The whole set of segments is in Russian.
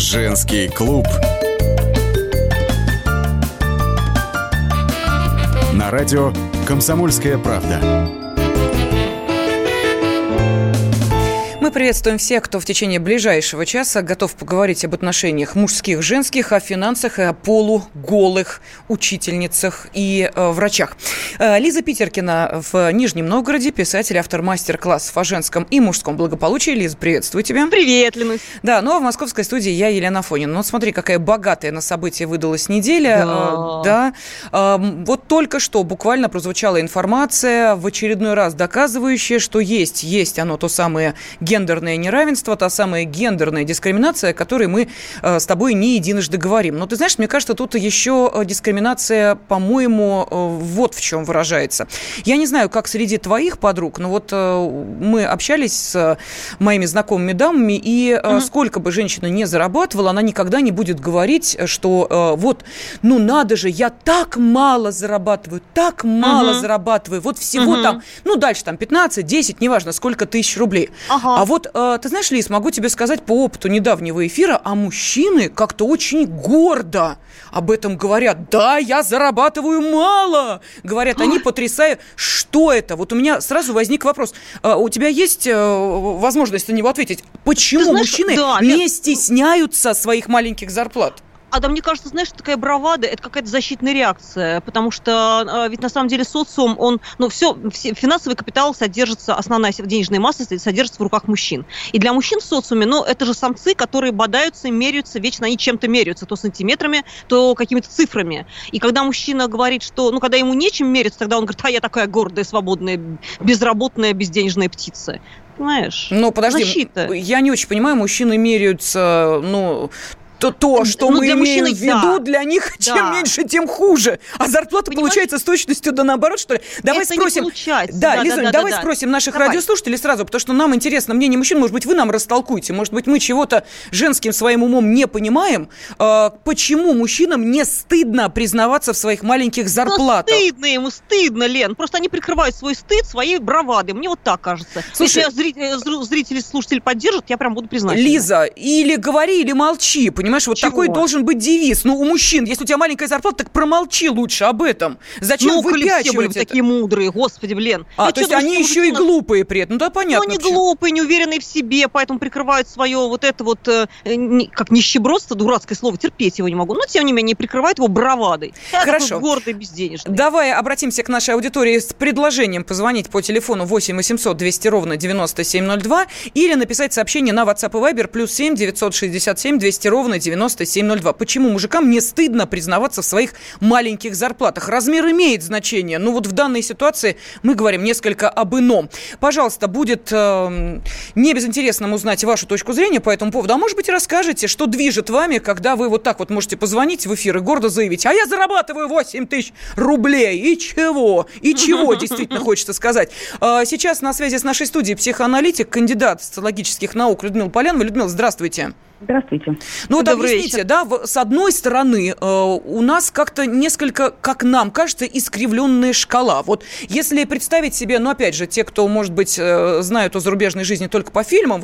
Женский клуб. На радио «Комсомольская правда». Мы приветствуем всех, кто в течение ближайшего часа готов поговорить об отношениях мужских, женских, о финансах и о полуголых учительницах и врачах. Лиза Питеркина в Нижнем Новгороде, писатель, автор мастер-классов о женском и мужском благополучии. Лиза, приветствую тебя. Привет, Ленусь. Да, ну а в московской студии я, Елена Афонина. Ну, смотри, какая богатая на события выдалась неделя. Да. Вот только что буквально прозвучала информация, в очередной раз доказывающая, что есть оно то самое гендерное неравенство, та самая гендерная дискриминация, о которой мы с тобой не единожды говорим. Но ты знаешь, мне кажется, тут еще дискриминация, по-моему, вот в чем выражается. Я не знаю, как среди твоих подруг, но вот мы общались с моими знакомыми дамами, и сколько бы женщина не зарабатывала, она никогда не будет говорить, что вот, ну надо же, я так мало зарабатываю, вот всего там, ну дальше там 15, 10, неважно, сколько тысяч рублей. А вот, ты знаешь, Лиз, могу тебе сказать по опыту недавнего эфира, а мужчины как-то очень гордо об этом говорят. Да, я зарабатываю мало, говорят, они потрясают. Что это? Вот у меня сразу возник вопрос. У тебя есть возможность на него ответить? Почему мужчины не стесняются своих маленьких зарплат? Да, мне кажется, знаешь, такая бравада, это какая-то защитная реакция, потому что ведь на самом деле социум, он, все, финансовый капитал содержится, основная денежная масса содержится в руках мужчин. И для мужчин в социуме, это же самцы, которые бодаются, меряются, вечно они чем-то меряются, то сантиметрами, то какими-то цифрами. И когда мужчина говорит, что, когда ему нечем мериться, тогда он говорит, я такая гордая, свободная, безработная, безденежная птица. Понимаешь? Подожди, защита. Я не очень понимаю, мужчины меряются, то, что мы имеем в виду, для них чем меньше, тем хуже. А зарплата получается с точностью да наоборот, что ли? Давай спросим. Лиза, давай спросим наших радиослушателей сразу, потому что нам интересно мнение мужчин. Может быть, вы нам растолкуете. Может быть, мы чего-то женским своим умом не понимаем. Почему мужчинам не стыдно признаваться в своих маленьких зарплатах? Стыдно, Лен. Просто они прикрывают свой стыд своей бравадой. Мне вот так кажется. Слушай, если зрители, слушатели поддержат, я прям буду признательна. Лиза, или говори, или молчи, понимаешь? Вот чего? Такой должен быть девиз. У мужчин, если у тебя маленькая зарплата, так промолчи лучше об этом. Зачем выпячивать все были это? Такие мудрые, господи, блин. То есть они еще и глупые при этом. Да, понятно. Они глупые, неуверенные в себе, поэтому прикрывают свое как нищебродство, дурацкое слово, терпеть его не могу, но тем не менее прикрывают его бравадой. Хорошо. Гордый, безденежный. Давай обратимся к нашей аудитории с предложением позвонить по телефону 8 800 200 ровно 9702 или написать сообщение на WhatsApp и Viber +7 967 200 ровно 9702. Почему мужикам не стыдно признаваться в своих маленьких зарплатах? Размер имеет значение. В данной ситуации мы говорим несколько об ином. Пожалуйста, будет не безинтересным узнать вашу точку зрения по этому поводу. А может быть, расскажете, что движет вами, когда вы вот так вот можете позвонить в эфир и гордо заявить: а я зарабатываю 8 тысяч рублей. И чего? Действительно хочется сказать. Сейчас на связи с нашей студией психоаналитик, кандидат социологических наук Людмила Полянова. Людмила, здравствуйте. Здравствуйте. Объясните, с одной стороны, у нас как-то несколько, как нам кажется, искривленная шкала. Вот если представить себе, опять же, те, кто, может быть, знают о зарубежной жизни только по фильмам,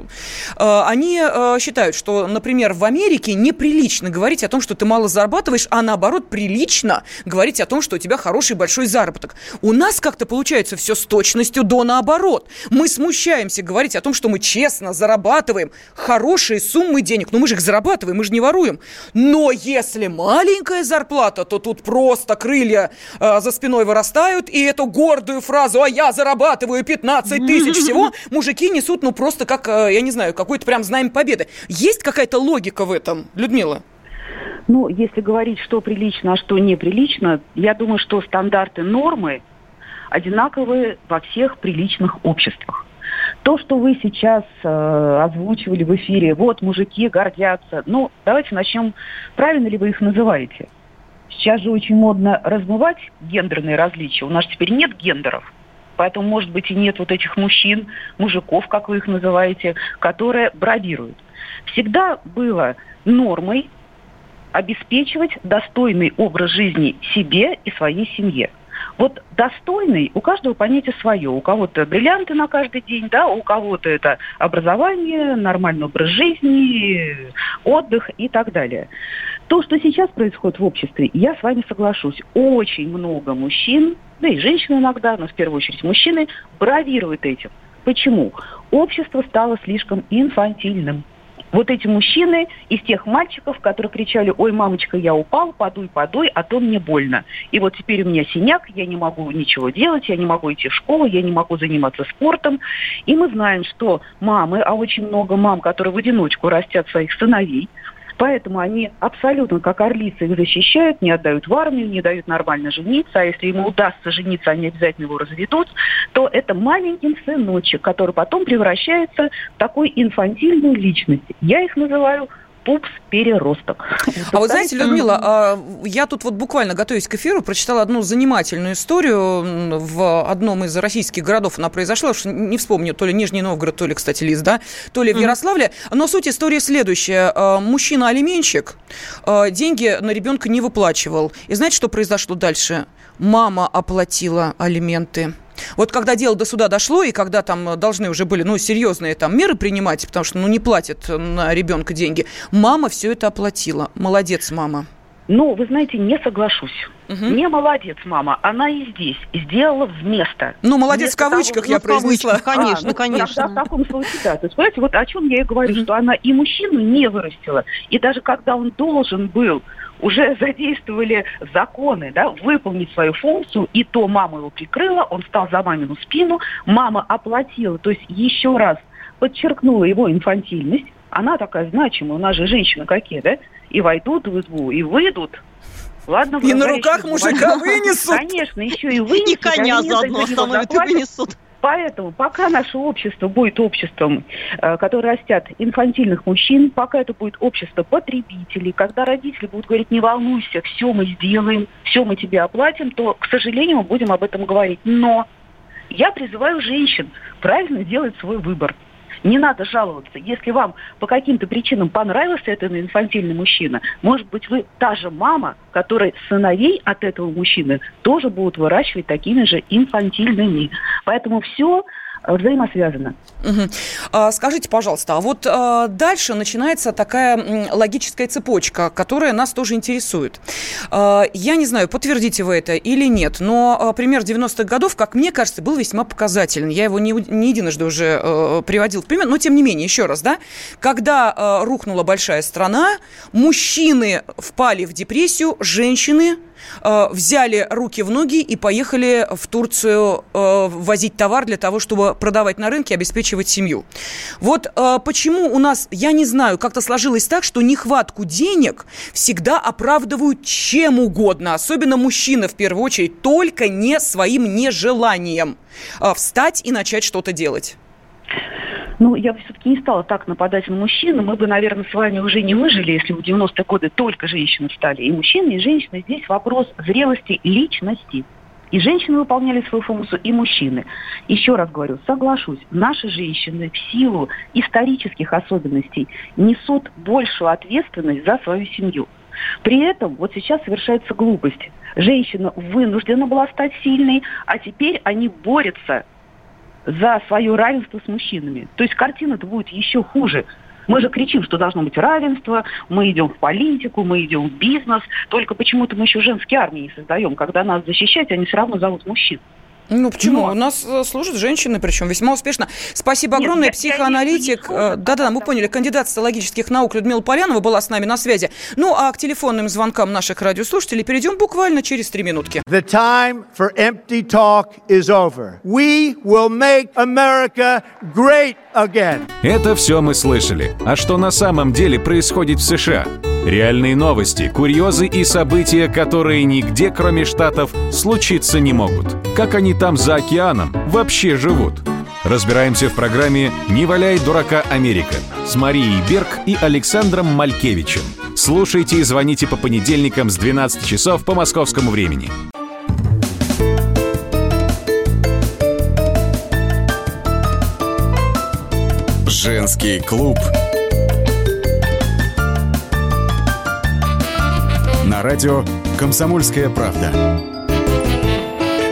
они считают, что, например, в Америке неприлично говорить о том, что ты мало зарабатываешь, а наоборот, прилично говорить о том, что у тебя хороший большой заработок. У нас как-то получается все с точностью до наоборот. Мы смущаемся говорить о том, что мы честно зарабатываем хорошие суммы денег. Мы же их зарабатываем, мы же не воруем. Но если маленькая зарплата, то тут просто крылья за спиной вырастают, и эту гордую фразу «а я зарабатываю 15 тысяч всего» мужики несут, просто как, я не знаю, какой-то прям знамя победы. Есть какая-то логика в этом, Людмила? Если говорить, что прилично, а что неприлично, я думаю, что стандарты нормы одинаковые во всех приличных обществах. То, что вы сейчас озвучивали в эфире, мужики гордятся. Давайте начнем, правильно ли вы их называете? Сейчас же очень модно размывать гендерные различия. У нас теперь нет гендеров. Поэтому, может быть, и нет этих мужчин, мужиков, как вы их называете, которые бравируют. Всегда было нормой обеспечивать достойный образ жизни себе и своей семье. Вот достойный, у каждого понятие свое. У кого-то бриллианты на каждый день, да, у кого-то это образование, нормальный образ жизни, отдых и так далее. То, что сейчас происходит в обществе, я с вами соглашусь. Очень много мужчин, да и женщин иногда, но в первую очередь мужчины, бравируют этим. Почему? Общество стало слишком инфантильным. Вот эти мужчины из тех мальчиков, которые кричали: ой, мамочка, я упал, подуй, а то мне больно. И вот теперь у меня синяк, я не могу ничего делать, я не могу идти в школу, я не могу заниматься спортом. И мы знаем, что мамы, а очень много мам, которые в одиночку растят своих сыновей, поэтому они абсолютно как орлицы их защищают, не отдают в армию, не дают нормально жениться. А если ему удастся жениться, они обязательно его разведут, то это маленький сыночек, который потом превращается в такой инфантильную личность. Я их называю пупс-переросток. А вот знаете, Людмила, я тут вот буквально, готовясь к эфиру, прочитала одну занимательную историю в одном из российских городов. Она произошла, уж не вспомню, то ли Нижний Новгород, то ли, кстати, Лиз, да, то ли в Ярославле. Но суть истории следующая. Мужчина-алименщик деньги на ребенка не выплачивал. И знаете, что произошло дальше? Мама оплатила алименты. Вот когда дело до суда дошло, и когда там должны уже были, серьезные там меры принимать, потому что, не платят на ребенка деньги, мама все это оплатила. Молодец, мама. Вы знаете, не соглашусь. Не молодец, мама. Она и здесь сделала вместо. Молодец вместо в кавычках того, я произнесла. Конечно, конечно. В таком случае, да. То есть, понимаете, вот о чем я и говорю, что она и мужчину не вырастила. И даже когда он должен был, уже задействовали законы, да, выполнить свою функцию, и то мама его прикрыла, он встал за мамину спину, мама оплатила, то есть еще раз подчеркнула его инфантильность. Она такая значимая, у нас же женщины какие, да, и войдут в избу, и выйдут. Ладно, и на руках мужика вынесут. Конечно, еще и вынесут. И коня заодно остановят и вынесут. Поэтому, пока наше общество будет обществом, которое растят инфантильных мужчин, пока это будет общество потребителей, когда родители будут говорить: не волнуйся, все мы сделаем, все мы тебе оплатим, то, к сожалению, мы будем об этом говорить. Но я призываю женщин правильно делать свой выбор. Не надо жаловаться. Если вам по каким-то причинам понравился этот инфантильный мужчина, может быть, вы та же мама, которая сыновей от этого мужчины тоже будут выращивать такими же инфантильными. Поэтому все взаимосвязано. Скажите, пожалуйста, а вот дальше начинается такая логическая цепочка, которая нас тоже интересует. Я не знаю, подтвердите вы это или нет, но пример 90-х годов, как мне кажется, был весьма показательный. Я его не единожды уже приводил в пример, но тем не менее, еще раз, да, когда рухнула большая страна, мужчины впали в депрессию, женщины взяли руки в ноги и поехали в Турцию возить товар для того, чтобы продавать на рынке, обеспечивать семью. Вот почему у нас, я не знаю, как-то сложилось так, что нехватку денег всегда оправдывают чем угодно, особенно мужчины в первую очередь, только не своим нежеланием встать и начать что-то делать. Я бы все-таки не стала так нападать на мужчин. Мы бы, наверное, с вами уже не выжили, если в 90-е годы только женщины встали. И мужчины, и женщины. Здесь вопрос зрелости личности. И женщины выполняли свою функцию, и мужчины. Еще раз говорю, соглашусь, наши женщины в силу исторических особенностей несут большую ответственность за свою семью. При этом вот сейчас совершается глупость. Женщина вынуждена была стать сильной, а теперь они борются за свое равенство с мужчинами. То есть картина-то будет еще хуже. Мы же кричим, что должно быть равенство, мы идем в политику, мы идем в бизнес. Только почему-то мы еще женские армии не создаем. Когда нас защищать, они все равно зовут мужчин. Почему? У нас служат женщины, причем весьма успешно. Спасибо огромное. Психоаналитик, да-да, мы поняли, кандидат социологических наук Людмила Полянова была с нами на связи. А к телефонным звонкам наших радиослушателей перейдем буквально через 3 минутки. The time for empty talk is over. We will make America great again. Это все мы слышали. А что на самом деле происходит в США? Реальные новости, курьезы и события, которые нигде, кроме Штатов, случиться не могут. Как они там за океаном вообще живут? Разбираемся в программе «Не валяй дурака, Америка» с Марией Берг и Александром Малькевичем. Слушайте и звоните по понедельникам с 12 часов по московскому времени. Женский клуб. На радио «Комсомольская правда».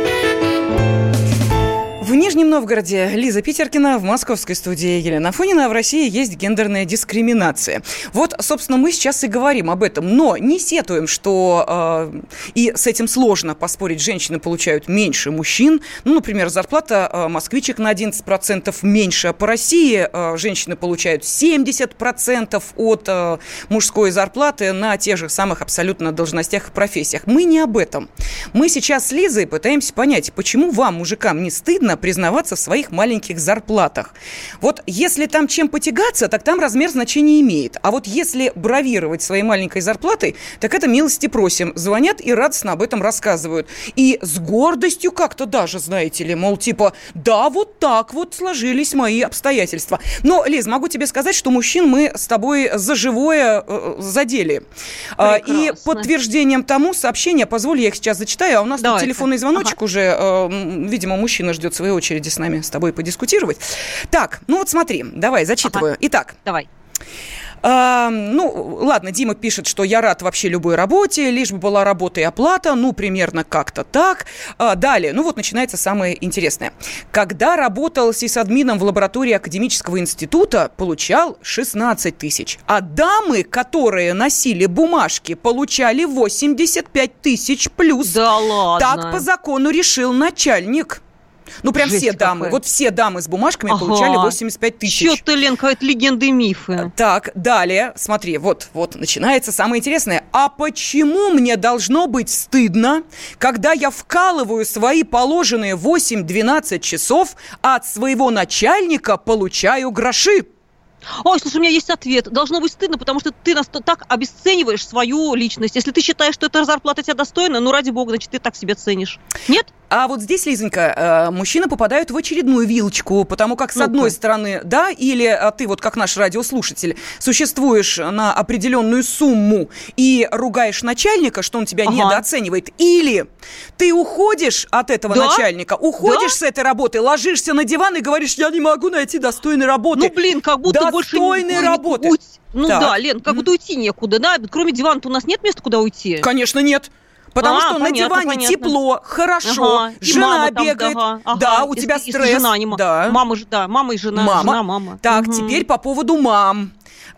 Нижнем Новгороде Лиза Питеркина, в московской студии Елена Афонина. В России есть гендерная дискриминация. Вот, собственно, мы сейчас и говорим об этом, но не сетуем, что и с этим сложно поспорить, женщины получают меньше мужчин. Ну, например, зарплата москвичек на 11% меньше, а по России женщины получают 70% от мужской зарплаты на тех же самых абсолютно должностях и профессиях. Мы не об этом. Мы сейчас с Лизой пытаемся понять, почему вам, мужикам, не стыдно признаваться в своих маленьких зарплатах. Вот если там чем потягаться, так там размер значения имеет. А вот если бравировать своей маленькой зарплатой, так это милости просим. Звонят и радостно об этом рассказывают. И с гордостью как-то даже, знаете ли, мол, типа, да, вот так вот сложились мои обстоятельства. Но, Лиз, могу тебе сказать, что мужчин мы с тобой за живое задели. Прекрасно. И подтверждением тому сообщение, позволь, я их сейчас зачитаю, а у нас тут телефонный звоночек уже, видимо, мужчина ждет своей очереди с нами, с тобой подискутировать. Так, ну вот смотри, давай, зачитываю. Итак. Давай. Ну, ладно, Дима пишет, что я рад вообще любой работе, лишь бы была работа и оплата, ну, примерно как-то так. Далее, ну вот начинается самое интересное. Когда работал сисадмином в лаборатории Академического института, получал 16 тысяч. А дамы, которые носили бумажки, получали 85 тысяч плюс. Да ладно? Так по закону решил начальник. Ну, прям жесть все дамы. Какая. Вот все дамы с бумажками получали 85 тысяч. Чё-то, Лен, какая-то легенда и мифы. Так, далее, смотри, вот начинается самое интересное. А почему мне должно быть стыдно, когда я вкалываю свои положенные 8-12 часов, а от своего начальника получаю гроши? Ой, слушай, у меня есть ответ. Должно быть стыдно, потому что ты так обесцениваешь свою личность. Если ты считаешь, что эта зарплата тебя достойна, ну, ради бога, значит, ты так себя ценишь. Нет? А вот здесь, Лизонька, мужчины попадают в очередную вилочку, потому как, с одной стороны, да, или ты, вот как наш радиослушатель, существуешь на определенную сумму и ругаешь начальника, что он тебя недооценивает, или ты уходишь от этого начальника, уходишь с этой работы, ложишься на диван и говоришь, я не могу найти достойной работы. Ну, блин, как будто достойной работы. Ну да, Лен, как будто уйти некуда, да? Кроме дивана-то у нас нет места, куда уйти. Конечно, нет. Потому что на диване тепло, хорошо, жена бегает, у тебя стресс. Жена, мама и жена, мама. Так, теперь по поводу мам.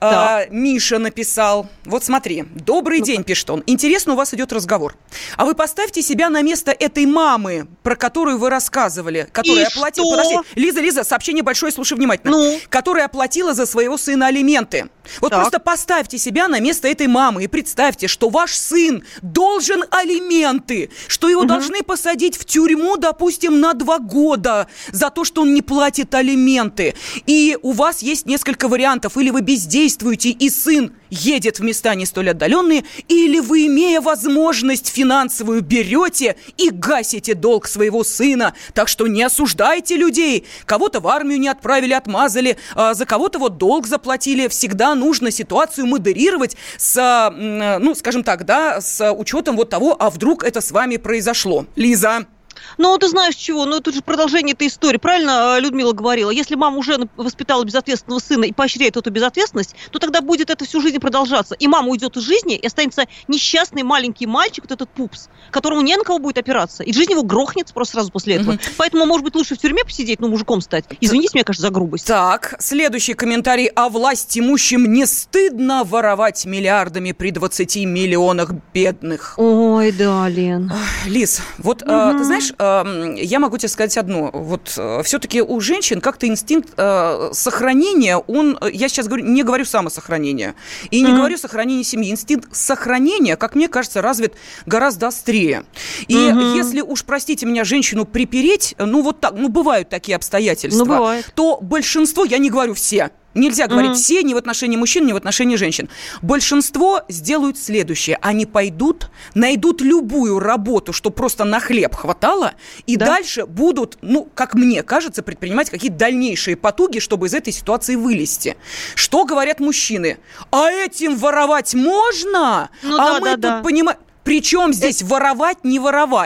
Миша написал. Вот смотри, добрый день, пишет он. Интересно, у вас идет разговор. А вы поставьте себя на место этой мамы, про которую вы рассказывали, которая оплатила... Подожди, Лиза, сообщение большое, слушай внимательно. Которая оплатила за своего сына алименты. Вот просто поставьте себя на место этой мамы и представьте, что ваш сын должен алименты, что его должны посадить в тюрьму, допустим, на 2 года за то, что он не платит алименты. И у вас есть несколько вариантов. Или вы бездействуете, и сын едет в места не столь отдаленные, или вы, имея возможность финансовую, берете и гасите долг своего сына. Так что не осуждайте людей. Кого-то в армию не отправили, отмазали, за кого-то вот долг заплатили. Всегда нужно ситуацию модерировать с, ну, скажем так, да, с учетом вот того, а вдруг это с вами произошло. Лиза. Ну, ты знаешь чего, ну, это же продолжение этой истории. Правильно Людмила говорила? Если мама уже воспитала безответственного сына и поощряет эту безответственность, то тогда будет это всю жизнь продолжаться. И мама уйдет из жизни, и останется несчастный маленький мальчик, вот этот пупс, которому не на кого будет опираться. И жизнь его грохнется просто сразу после этого. Поэтому, может быть, лучше в тюрьме посидеть, ну, мужиком стать. Извините меня, кажется, за грубость. Так, следующий комментарий. А власть имущим не стыдно воровать миллиардами при 20 миллионах бедных? Ой, да, Лен. Лиз, вот ты знаешь, я могу тебе сказать одно. Вот все-таки у женщин как-то инстинкт сохранения, я сейчас не говорю самосохранения, и не говорю сохранения семьи. Инстинкт сохранения, как мне кажется, развит гораздо острее. И если уж, простите меня, женщину припереть, ну вот так, ну бывают такие обстоятельства, то большинство, я не говорю все, нельзя говорить все, ни в отношении мужчин, ни в отношении женщин. Большинство сделают следующее. Они пойдут, найдут любую работу, что просто на хлеб хватало, и дальше будут, ну, как мне кажется, предпринимать какие-то дальнейшие потуги, чтобы из этой ситуации вылезти. Что говорят мужчины? А этим воровать можно? Ну, мы тут понимаем... Причем здесь воровать, не воровать?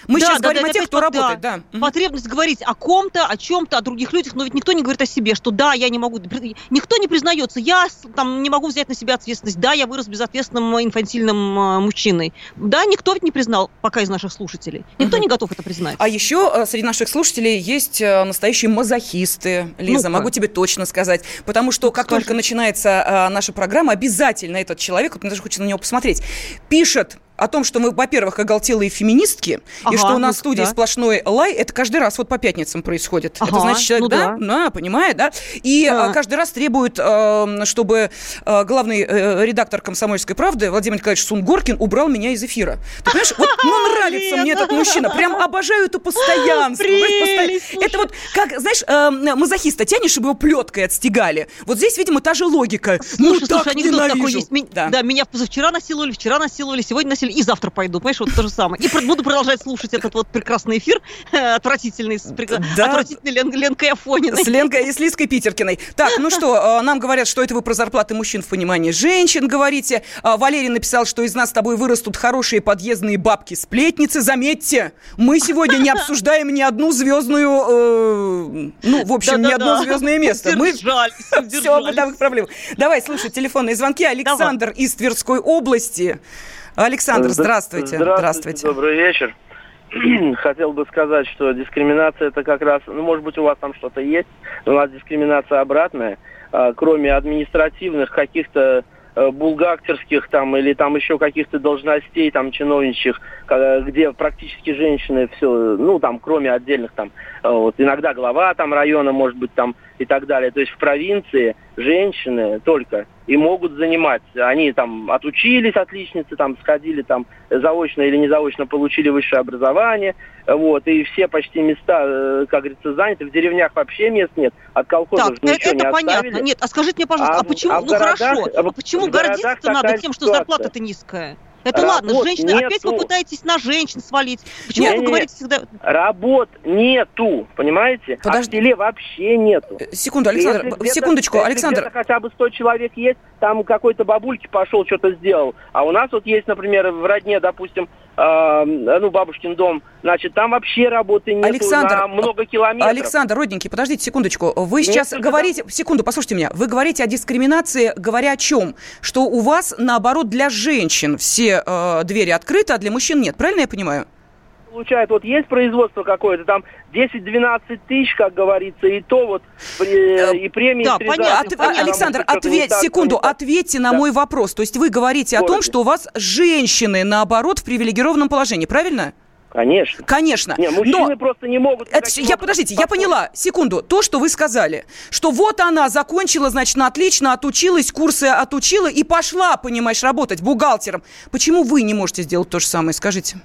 Мы сейчас говорим о тех, кто работает. Да. Потребность говорить о ком-то, о чем-то, о других людях, но ведь никто не говорит о себе, что да, я не могу. Никто не признается, я там не могу взять на себя ответственность, да, я вырос безответственным инфантильным мужчиной. Да, никто ведь не признал, пока из наших слушателей. Никто не готов это признать. А еще среди наших слушателей есть настоящие мазохисты, Лиза, могу тебе точно сказать. Потому что как только начинается наша программа, обязательно этот человек, вот мне даже хочется на него посмотреть, пишет о том, что мы, во-первых, оголтелые феминистки, и что у нас в студии сплошной лай, это каждый раз вот по пятницам происходит. Это значит, человек, понимает, да? И каждый раз требует, чтобы главный редактор «Комсомольской правды» Владимир Николаевич Сунгоркин убрал меня из эфира. Ты понимаешь, вот нравится мне этот мужчина, прям обожаю это постоянство. Это вот, как, знаешь, мазохиста тянешь, чтобы его плеткой отстегали. Вот здесь, видимо, та же логика. Слушай, анекдот такой есть. Да, меня позавчера насиловали, вчера насиловали, сегодня насиловали. И завтра пойду, понимаешь, вот то же самое. И буду продолжать слушать этот вот прекрасный эфир, отвратительный, отвратительный Ленкой Афониной. С Ленкой и с Лизкой Питеркиной. Так, ну что, нам говорят, что это вы про зарплаты мужчин в понимании женщин говорите. Валерий написал, что из нас с тобой вырастут хорошие подъездные бабки-сплетницы. Заметьте, мы сегодня не обсуждаем ни одну звездную, ни одно звездное место. Мы все об бытовых проблемах. Давай, слушай, телефонные звонки. Александр из Тверской области. Александр, здравствуйте. Здравствуйте. Добрый вечер. Хотел бы сказать, что дискриминация это как раз, может быть, у вас там что-то есть, но у нас дискриминация обратная. Кроме административных каких-то бухгалтерских там или там еще каких-то должностей там чиновничьих, где практически женщины все, там кроме отдельных там, вот иногда глава там района может быть там и так далее. То есть в провинции женщины только и могут занимать. Они там отучились, отличницы, там сходили там заочно или незаочно, получили высшее образование, вот, и все почти места, как говорится, заняты. В деревнях вообще мест нет, от колхозов ничего не оставили. Так, это понятно. Нет, а скажите мне, пожалуйста, почему гордиться-то надо тем, что зарплата-то низкая? Это ладно, женщины, опять вы пытаетесь на женщин свалить. Почему вы говорите всегда... Работ нету, понимаете? А в селе вообще нету. Секунду, Александр, секундочку, Александр. Если хотя бы 100 человек есть, там какой-то бабульки пошел, что-то сделал. А у нас вот есть, например, в родне, допустим, бабушкин дом, значит, там вообще работы нету на много километров. Александр, родненький, подождите секундочку. Вы сейчас говорите... Секунду, послушайте меня. Вы говорите о дискриминации, говоря о чем? Что у вас, наоборот, для женщин все двери открыты, а для мужчин нет. Правильно я понимаю? Получают, вот есть производство какое-то, там 10-12 тысяч, как говорится, и то вот и премии... Да, понятно. Александр, ответьте на мой вопрос. То есть вы говорите о том, что у вас женщины, наоборот, в привилегированном положении, правильно? Конечно. Конечно. Не, мужчины просто не могут... Я поняла. Секунду. То, что вы сказали, что вот она закончила, значит, отлично, отучилась, курсы отучила и пошла, понимаешь, работать бухгалтером. Почему вы не можете сделать то же самое, скажите?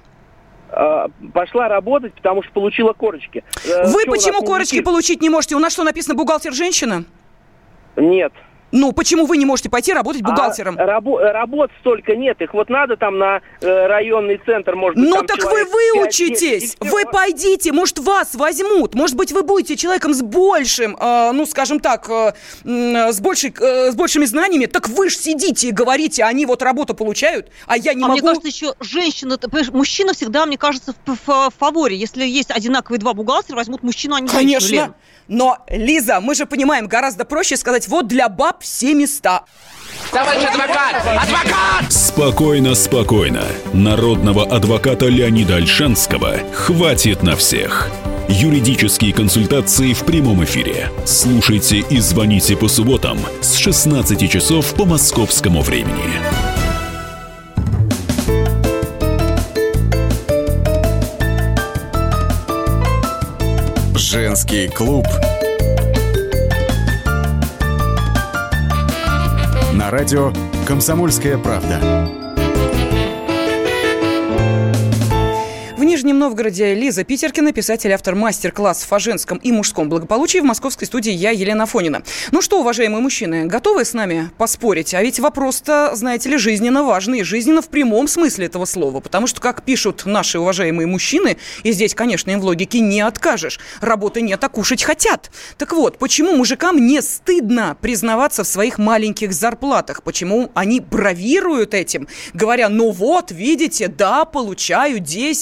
Пошла работать, потому что получила корочки. Вы почему корочки получить не можете? У нас что, написано бухгалтер женщина? Нет. Почему вы не можете пойти работать бухгалтером? Работ столько нет. Их вот надо там на районный центр, может быть, так вы выучитесь! Вы пойдите, может, вас возьмут. Может быть, вы будете человеком с большим, скажем так, с большими знаниями. Так вы ж сидите и говорите, они вот работу получают, а я не могу. Мне кажется, еще женщина, мужчина всегда, мне кажется, в фаворе. Если есть одинаковые два бухгалтера, возьмут мужчину, а не женщину. Конечно. Но, Лиза, мы же понимаем, гораздо проще сказать, вот для баб все места. Товарищ адвокат! Адвокат! Спокойно, спокойно. Народного адвоката Леонида Ольшанского хватит на всех. Юридические консультации в прямом эфире. Слушайте и звоните по субботам с 16 часов по московскому времени. Женский клуб на радио «Комсомольская правда». В Нижнем Новгороде Лиза Питеркина, писатель, автор мастер-классов о женском и мужском благополучии. В московской студии я, Елена Афонина. Ну что, уважаемые мужчины, готовы с нами поспорить? А ведь вопрос-то, знаете ли, жизненно важный. Жизненно в прямом смысле этого слова. Потому что, как пишут наши уважаемые мужчины, и здесь, конечно, им в логике не откажешь, работы нет, а кушать хотят. Так вот, почему мужикам не стыдно признаваться в своих маленьких зарплатах? Почему они бравируют этим, говоря, видите, да, получаю 10-12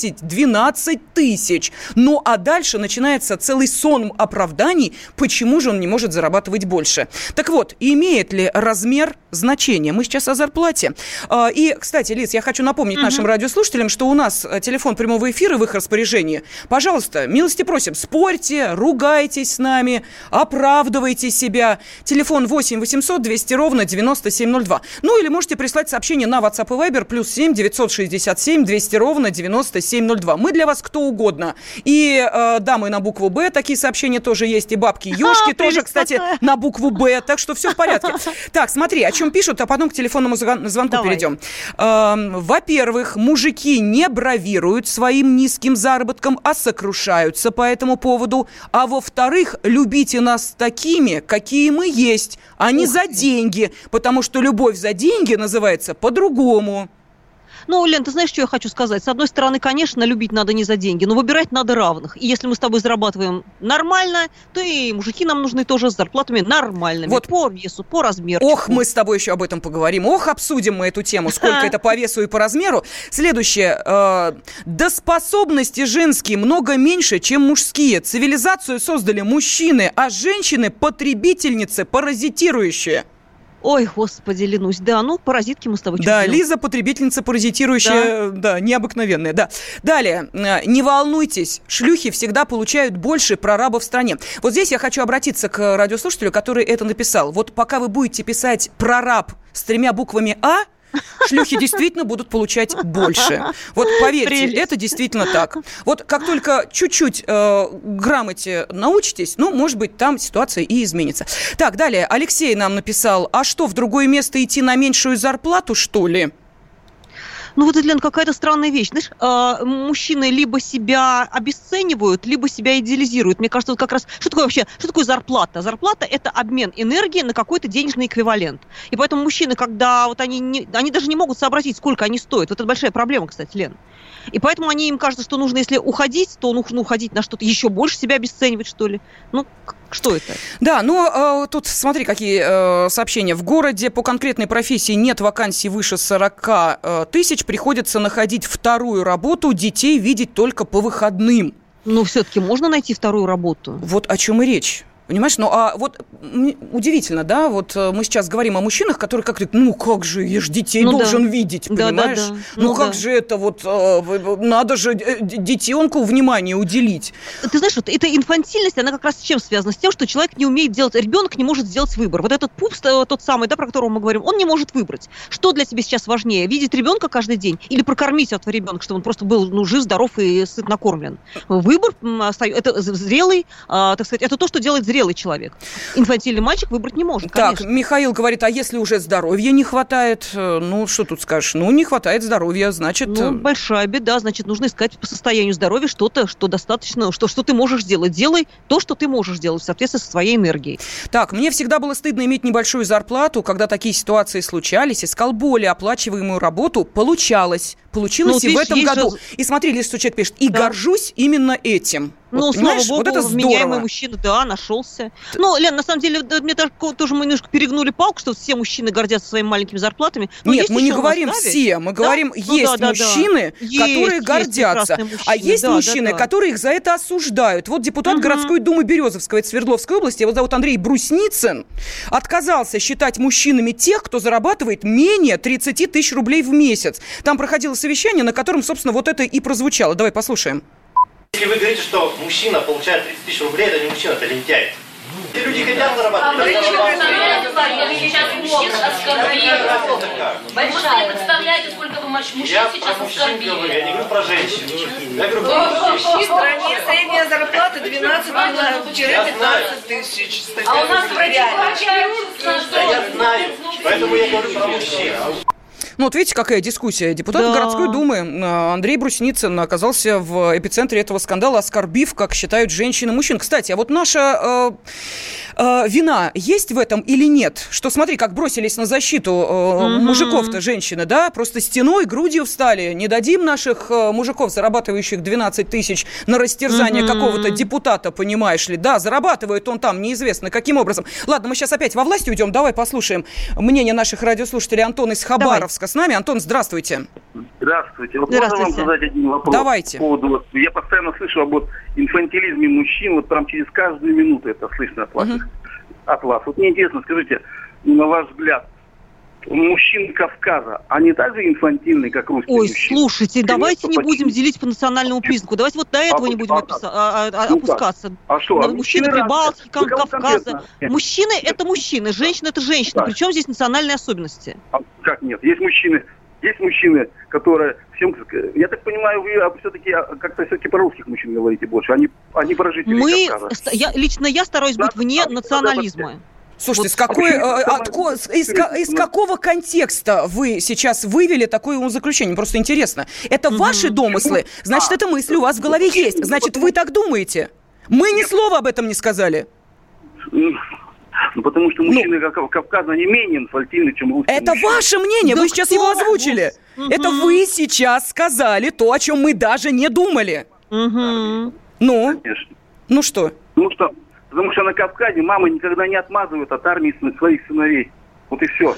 12 тысяч. Ну, а дальше начинается целый сон оправданий, почему же он не может зарабатывать больше. Так вот, имеет ли размер значение? Мы сейчас о зарплате. И, кстати, Лиз, я хочу напомнить нашим радиослушателям, что у нас телефон прямого эфира в их распоряжении. Пожалуйста, милости просим, спорьте, ругайтесь с нами, оправдывайте себя. Телефон 8 800 200 ровно 9702. Ну, или можете прислать сообщение на WhatsApp и Viber +7 967 200 ровно 9702. Мы для вас кто угодно. И дамы на букву «Б» такие сообщения тоже есть, и бабки-ёшки тоже, кстати, на букву «Б». Так что все в порядке. Так, смотри, о чем пишут, а потом к телефонному звонку перейдем. Во-первых, мужики не бравируют своим низким заработком, а сокрушаются по этому поводу. А во-вторых, любите нас такими, какие мы есть, а не за деньги, потому что любовь за деньги называется по-другому. Ну, Лен, ты знаешь, что я хочу сказать? С одной стороны, конечно, любить надо не за деньги, но выбирать надо равных. И если мы с тобой зарабатываем нормально, то и мужики нам нужны тоже с зарплатами нормальными. Вот по весу, по размеру. Ох, мы с тобой еще об этом поговорим. Ох, обсудим мы эту тему, сколько это по весу и по размеру. Следующее. Да способности женские много меньше, чем мужские. Цивилизацию создали мужчины, а женщины потребительницы, паразитирующие. Ой, господи, Ленусь, да, ну, паразитки мы с тобой чувствуем. Да, Лиза, потребительница паразитирующая, да, необыкновенная, да. Далее, не волнуйтесь, шлюхи всегда получают больше прораба в стране. Вот здесь я хочу обратиться к радиослушателю, который это написал. Вот пока вы будете писать прораб с 3 буквами «А», шлюхи действительно будут получать больше. Вот поверьте, это действительно так. Вот как только чуть-чуть грамоте научитесь, ну, может быть, там ситуация и изменится. Так, далее. Алексей нам написал, а что, в другое место идти на меньшую зарплату, что ли? Ну вот, Лен, какая-то странная вещь. Знаешь, мужчины либо себя обесценивают, либо себя идеализируют. Мне кажется, вот как раз... Что такое вообще? Что такое зарплата? Зарплата – это обмен энергии на какой-то денежный эквивалент. И поэтому мужчины, когда вот они даже не могут сообразить, сколько они стоят. Вот это большая проблема, кстати, Лен. И поэтому им кажется, что нужно, если уходить, то нужно уходить на что-то еще больше, себя обесценивать, что ли. Ну, что это? Да, ну, тут смотри, какие сообщения. В городе по конкретной профессии нет вакансий выше 40 тысяч. Приходится находить вторую работу, детей видеть только по выходным. Ну, все-таки можно найти вторую работу. Вот о чем и речь. Понимаешь, ну, а вот удивительно, да, вот мы сейчас говорим о мужчинах, которые как говорят, ну, как же, я же детей должен видеть, понимаешь? Да. Ну, как же это вот, надо же детенку внимание уделить. Ты знаешь, вот эта инфантильность, она как раз с чем связана? С тем, что человек не умеет делать, ребенок не может сделать выбор. Вот этот пупс, тот самый, да, про которого мы говорим, он не может выбрать. Что для тебя сейчас важнее, видеть ребенка каждый день или прокормить этого ребенка, чтобы он просто был, жив, здоров и сыт накормлен? Выбор, это зрелый, так сказать, это то, что делает зрелый человек. Инфантильный мальчик выбрать не может, конечно. Так, Михаил говорит, а если уже здоровья не хватает? Ну, что тут скажешь? Ну, не хватает здоровья, значит... Ну, большая беда, значит, нужно искать по состоянию здоровья что-то, что достаточно, что ты можешь делать. Делай то, что ты можешь делать в соответствии со своей энергией. Так, мне всегда было стыдно иметь небольшую зарплату, когда такие ситуации случались, искал более оплачиваемую работу, получалось и в этом году. И смотри, Лиз, что человек пишет, и горжусь именно этим. Ну, вот, слава богу, вот это вменяемый мужчина, да, нашелся. Ну, Лен, на самом деле, мне тоже мы немножко перегнули палку, что все мужчины гордятся своими маленькими зарплатами. Но нет, мы не говорим все, мы говорим, есть мужчины, которые гордятся, а есть мужчины, которые их за это осуждают. Вот депутат городской думы Березовского, это Свердловской области, его зовут Андрей Брусницын, отказался считать мужчинами тех, кто зарабатывает менее 30 тысяч рублей в месяц. Там проходило совещание, на котором, собственно, вот это и прозвучало. Давай послушаем. Если вы говорите, что мужчина получает 30 тысяч рублей, это не мужчина, это лентяй. Те люди хотят зарабатывать. Вы сейчас мужчин оскорбили. Большая. Вы представляете, сколько вы мужчин сейчас оскорбили? Я не говорю про женщин. Я говорю про мужчин. В стране средняя зарплата 12-15 тысяч. А у нас врачи получаются. Я знаю, поэтому я говорю про мужчин. Ну, вот видите, какая дискуссия. Депутат городской думы Андрей Брусницын оказался в эпицентре этого скандала, оскорбив, как считают женщины, мужчин. Кстати, а вот наша вина есть в этом или нет? Что, смотри, как бросились на защиту мужиков-то женщины, да? Просто стеной, грудью встали. Не дадим наших мужиков, зарабатывающих 12 тысяч, на растерзание какого-то депутата, понимаешь ли? Да, зарабатывает он там неизвестно каким образом. Ладно, мы сейчас опять во власть уйдем. Давай послушаем мнение наших радиослушателей. Антон из Хабаровска с нами. Антон, здравствуйте. Здравствуйте. Вот можно вам задать один вопрос? Давайте. По поводу, я постоянно слышу об инфантилизме мужчин, вот прям через каждую минуту это слышно от вас. Вот мне интересно, скажите, на ваш взгляд, мужчины Кавказа, они также инфантильны, как русские мужчины? Ой, слушайте, давайте не будем делить по национальному признаку. Давайте вот до этого не будем опускаться. А что? Мужчины Прибалтики, Кавказа. Мужчины – это мужчины, женщины – это женщины. Причем здесь национальные особенности? Как нет? Есть мужчины, которые... Я так понимаю, вы все-таки как-то все-таки про русских мужчин говорите больше, а не про жителей Кавказа. Я стараюсь быть вне национализма. Слушайте, из какого контекста вы сейчас вывели такое умозаключение? Просто интересно. Это ваши домыслы? Значит, эта мысль у вас в голове есть. Значит, вы так думаете? Мы ни слова об этом не сказали. Потому что мужчины Кавказа не менее инфантильны, чем русские. Это ваше мнение, вы сейчас его озвучили. Это вы сейчас сказали то, о чем мы даже не думали. Ну? Конечно. Ну что? Потому что на Кавказе мамы никогда не отмазывают от армии своих сыновей. Вот и все.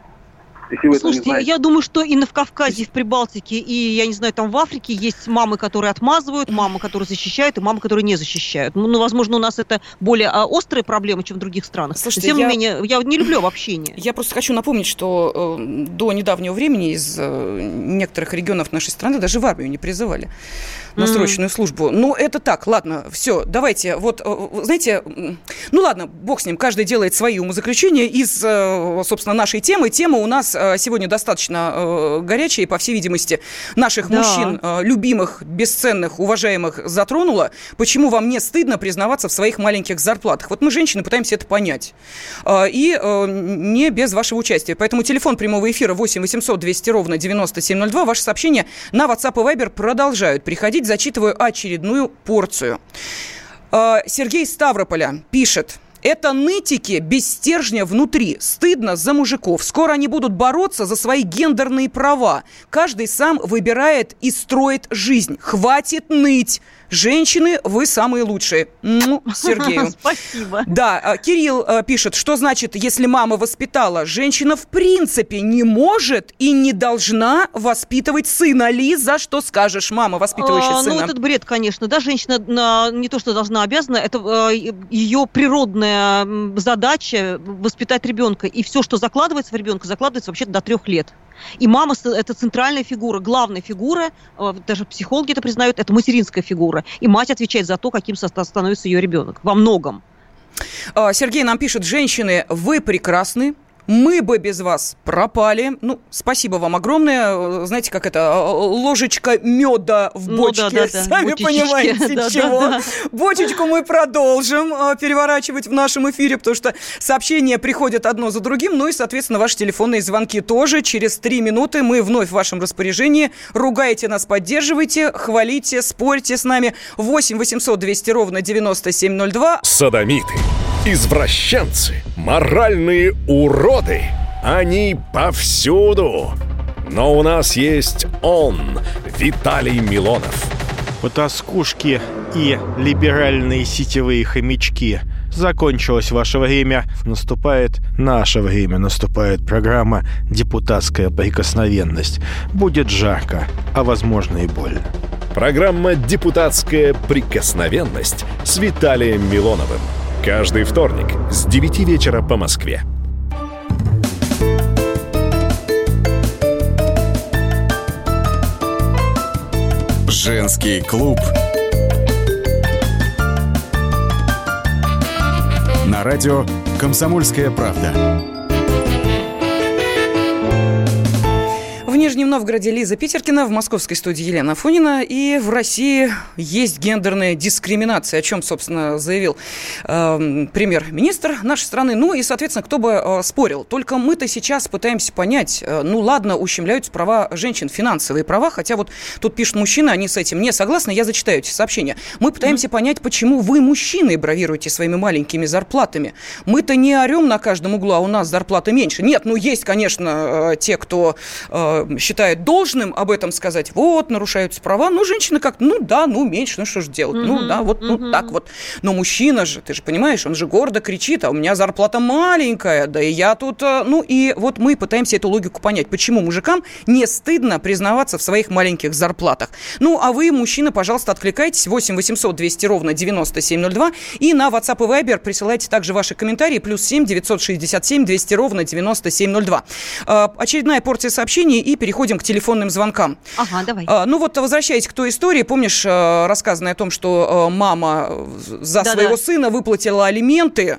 Слушайте, я думаю, что и в Кавказе, и в Прибалтике, и, я не знаю, там в Африке есть мамы, которые отмазывают, мамы, которые защищают, и мамы, которые не защищают. Ну, возможно, у нас это более острые проблемы, чем в других странах. Слушайте, тем не менее, я не люблю обобщение. Я просто хочу напомнить, что до недавнего времени из некоторых регионов нашей страны даже в армию не призывали на срочную службу. Ну, это так, ладно, все, давайте, вот, знаете, ну, ладно, бог с ним, каждый делает свои умозаключения из, собственно, нашей темы. Тема у нас сегодня достаточно горячая, и, по всей видимости, наших мужчин, любимых, бесценных, уважаемых, затронула. Почему вам не стыдно признаваться в своих маленьких зарплатах? Вот мы, женщины, пытаемся это понять. И не без вашего участия. Поэтому телефон прямого эфира 8 800 200 ровно 9702. Ваши сообщения на WhatsApp и Viber продолжают приходить. Зачитываю очередную порцию. Сергей из Ставрополя пишет. Это нытики без стержня внутри. Стыдно за мужиков. Скоро они будут бороться за свои гендерные права. Каждый сам выбирает и строит жизнь. Хватит ныть. Женщины, вы самые лучшие. Сергею. Спасибо. Да, Кирилл пишет, что значит, если мама воспитала, женщина в принципе не может и не должна воспитывать сына. Лиза, что скажешь, мама, воспитывающая сына? Ну, этот бред, конечно. Да, женщина не то, что должна, обязана, это ее природная задача воспитать ребенка. И все, что закладывается в ребенка, закладывается вообще-то до 3 лет. И мама – это центральная фигура, главная фигура, даже психологи это признают, это материнская фигура. И мать отвечает за то, каким становится ее ребенок. Во многом. Сергей нам пишет, женщины, вы прекрасны. Мы бы без вас пропали. Ну, спасибо вам огромное. Знаете, как это, ложечка меда в бочке. Да, сами понимаете, чего. Бочечку мы продолжим переворачивать в нашем эфире, потому что сообщения приходят одно за другим. Ну и, соответственно, ваши телефонные звонки тоже. Через 3 минуты мы вновь в вашем распоряжении. Ругайте нас, поддерживайте, хвалите, спорьте с нами. 8 800 200 ровно 9702. Содомиты, извращенцы, моральные уроды. Они повсюду. Но у нас есть он, Виталий Милонов. Потаскушки и либеральные сетевые хомячки. Закончилось ваше время. Наступает наше время. Наступает программа «Депутатская прикосновенность». Будет жарко, а возможно и больно. Программа «Депутатская прикосновенность» с Виталием Милоновым. Каждый вторник с 9 вечера по Москве. Женский клуб на радио «Комсомольская правда». В Нижнем Новгороде Лиза Питеркина, в московской студии Елена Афонина. И в России есть гендерная дискриминация, о чем, собственно, заявил премьер-министр нашей страны. Ну и, соответственно, кто бы спорил. Только мы-то сейчас пытаемся понять, ну ладно, ущемляются права женщин, финансовые права, хотя вот тут пишут мужчины, они с этим не согласны, я зачитаю эти сообщения. Мы пытаемся понять, почему вы, мужчины, бравируете своими маленькими зарплатами. Мы-то не орем на каждом углу, а у нас зарплата меньше. Нет, ну есть, конечно, те, кто считает должным об этом сказать. Вот, нарушаются права. Ну, женщина как, меньше, что же делать? Так вот. Но мужчина же, ты же понимаешь, он же гордо кричит, а у меня зарплата маленькая, да и я тут... и вот мы пытаемся эту логику понять, почему мужикам не стыдно признаваться в своих маленьких зарплатах. А вы, мужчины, пожалуйста, откликайтесь. 8 800 200 ровно 9702. И на WhatsApp и Viber присылайте также ваши комментарии. +7 967 200 ровно 9702. Очередная порция сообщений, и переходим к телефонным звонкам. Ага, давай. Возвращаясь к той истории, помнишь, рассказанное о том, что мама за своего сына выплатила алименты,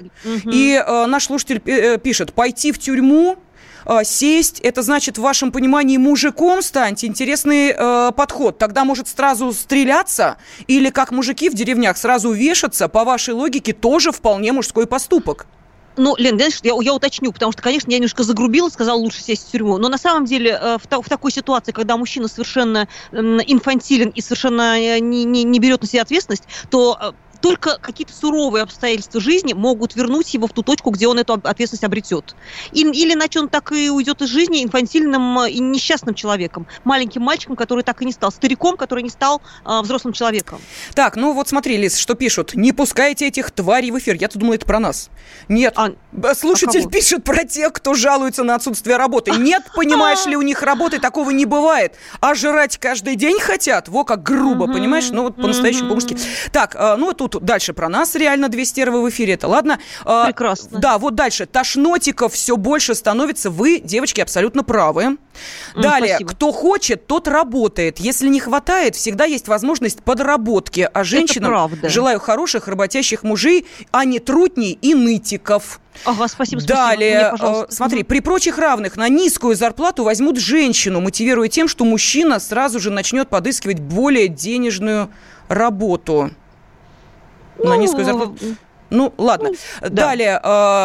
и наш слушатель пишет: пойти в тюрьму, сесть, это значит, в вашем понимании, мужиком станьте. Интересный подход. Тогда может сразу стреляться, или как мужики в деревнях сразу вешаться, по вашей логике, тоже вполне мужской поступок. Лен, знаешь, я уточню, потому что, конечно, я немножко загрубила, сказала, лучше сесть в тюрьму. Но на самом деле в такой ситуации, когда мужчина совершенно инфантилен и совершенно не берет на себя ответственность, то только какие-то суровые обстоятельства жизни могут вернуть его в ту точку, где он эту ответственность обретет. Или иначе он так и уйдет из жизни инфантильным и несчастным человеком, маленьким мальчиком, который так и не стал, стариком, который не стал взрослым человеком. Так, смотри, Лиз, что пишут. Не пускайте этих тварей в эфир. Я-то думала, это про нас. Нет. Слушатель пишет про тех, кто жалуется на отсутствие работы. Нет, понимаешь ли, у них работы, такого не бывает. А жрать каждый день хотят. Как грубо, понимаешь? По-настоящему по-мужски. Так, тут дальше про нас реально две стервы в эфире. Это ладно. Прекрасно. Да, дальше. Тошнотиков все больше становится. Вы, девочки, абсолютно правы. Далее. Спасибо. Кто хочет, тот работает. Если не хватает, всегда есть возможность подработки. А женщинам желаю хороших, работящих мужей, а не трутней и нытиков. Ага, спасибо. Далее, смотри, при прочих равных на низкую зарплату возьмут женщину, мотивируя тем, что мужчина сразу же начнет подыскивать более денежную работу. На низкую зарплату. Ладно. Далее.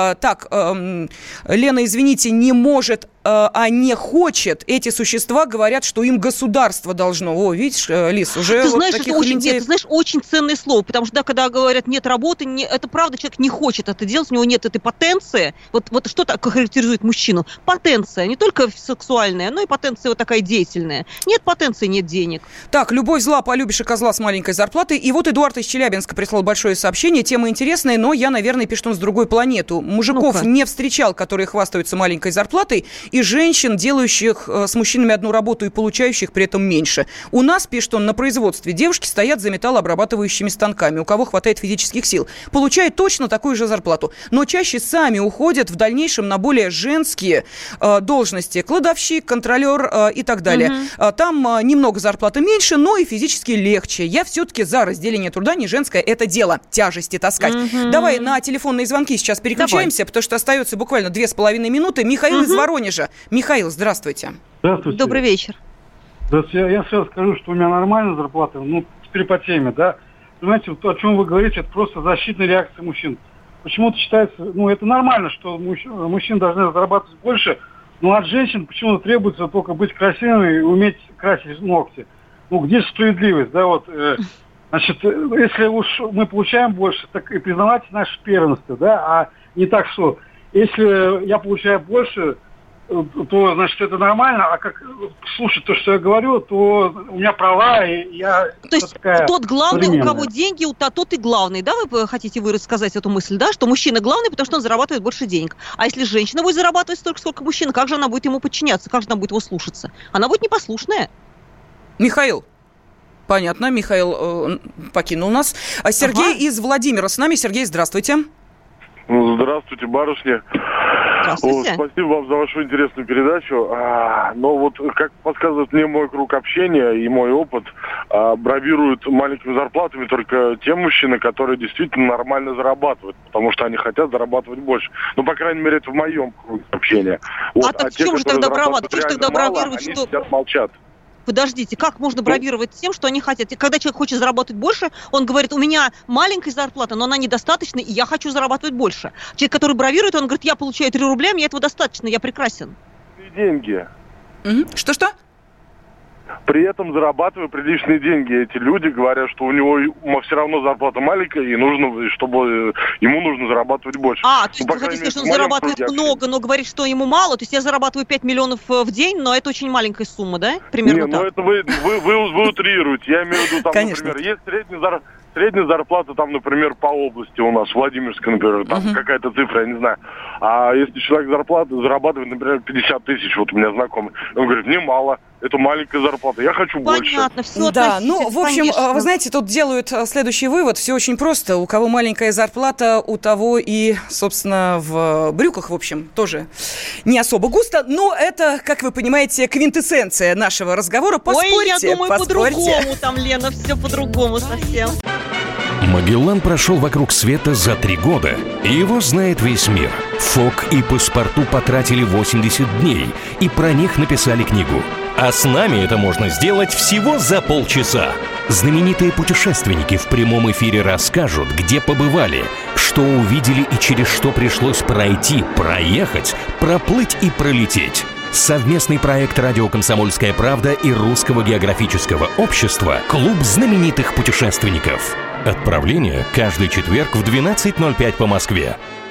Лена, извините, не может, а не хочет. Эти существа говорят, что им государство должно. Видишь, Лиз, уже ты знаешь, таких это очень ценное слово, потому что, когда говорят нет работы, это правда, человек не хочет это делать, у него нет этой потенции. Вот что так характеризует мужчину? Потенция, не только сексуальная, но и потенция такая деятельная. Нет потенции, нет денег. Так, любовь зла, полюбишь и козла с маленькой зарплатой. И Эдуард из Челябинска прислал большое сообщение. Тема интересная, но я, наверное, пишу он с другой планеты. Мужиков не встречал, которые хвастаются маленькой зарплатой, и женщин, делающих с мужчинами одну работу и получающих при этом меньше. У нас, пишет он, на производстве девушки стоят за металлообрабатывающими станками, у кого хватает физических сил. Получают точно такую же зарплату, но чаще сами уходят в дальнейшем на более женские должности. Кладовщик, контролер и так далее. Там немного зарплаты меньше, но и физически легче. Я все-таки за разделение труда, не женское это дело. Тяжести таскать. Давай на телефонные звонки сейчас переключаемся, потому что остается буквально 2,5 минуты. Михаил из Воронежа. Михаил, здравствуйте. Здравствуйте. Добрый вечер. Здравствуйте. Я сразу скажу, что у меня нормальная зарплата, теперь по теме, да. Знаете, о чем вы говорите, это просто защитная реакция мужчин. Почему-то считается, это нормально, что мужчины должны зарабатывать больше, но от женщин почему-то требуется только быть красивыми и уметь красить ногти. Где справедливость, да, Значит, если уж мы получаем больше, так и признавайте наше первенство, да, а не так, что если я получаю больше, то, значит, это нормально, а как слушать то, что я говорю, то у меня права, и я... То есть тот главный, у кого деньги, тот и главный, да, вы хотите рассказать эту мысль, да, что мужчина главный, потому что он зарабатывает больше денег. А если женщина будет зарабатывать столько, сколько мужчина, как же она будет ему подчиняться, как же она будет его слушаться? Она будет непослушная. Михаил. Понятно, Михаил покинул нас. Сергей из Владимира с нами. Сергей, здравствуйте. Здравствуйте, барышня. Здравствуйте. Спасибо вам за вашу интересную передачу. Но как подсказывает мне мой круг общения и мой опыт, бравируют маленькими зарплатами только те мужчины, которые действительно нормально зарабатывают, потому что они хотят зарабатывать больше. По крайней мере, это в моем круге общения. Так в чем же тогда бравада? Что же тогда бравировать, что... Они сидят, молчат. Подождите, как можно бравировать тем, что они хотят? И когда человек хочет заработать больше, он говорит, у меня маленькая зарплата, но она недостаточна, и я хочу зарабатывать больше. Человек, который бравирует, он говорит, я получаю 3 рубля, мне этого достаточно, я прекрасен. Деньги. Что-что? При этом зарабатывая приличные деньги. Эти люди говорят, что у него все равно зарплата маленькая, и нужно, чтобы ему нужно зарабатывать больше. То есть вы хотите сказать, что он зарабатывает много, но говорит, что ему мало? То есть я зарабатываю 5 миллионов в день, но это очень маленькая сумма, да? Примерно так. Это вы утрируете. Я имею в виду, там, например, есть средняя зарплата, там, например, по области у нас, Владимирская, например, там какая-то цифра, я не знаю. А если человек зарабатывает, например, 50 тысяч, вот у меня знакомый, он говорит, мне мало, это маленькая зарплата, я хочу больше. Понятно, все да, в общем, конечно. Вы знаете, тут делают следующий вывод, все очень просто. У кого маленькая зарплата, у того и, собственно, в брюках, в общем, тоже не особо густо, но это, как вы понимаете, квинтэссенция нашего разговора. Поспорьте, я думаю, по-другому там, Лена, все по-другому совсем. Магеллан прошел вокруг света за 3 года, и его знает весь мир. Фок и Паспарту потратили 80 дней, и про них написали книгу. А с нами это можно сделать всего за полчаса. Знаменитые путешественники в прямом эфире расскажут, где побывали, что увидели и через что пришлось пройти, проехать, проплыть и пролететь. Совместный проект «Радио Комсомольская правда» и Русского географического общества «Клуб знаменитых путешественников». Отправление каждый четверг в 12:05 по Москве.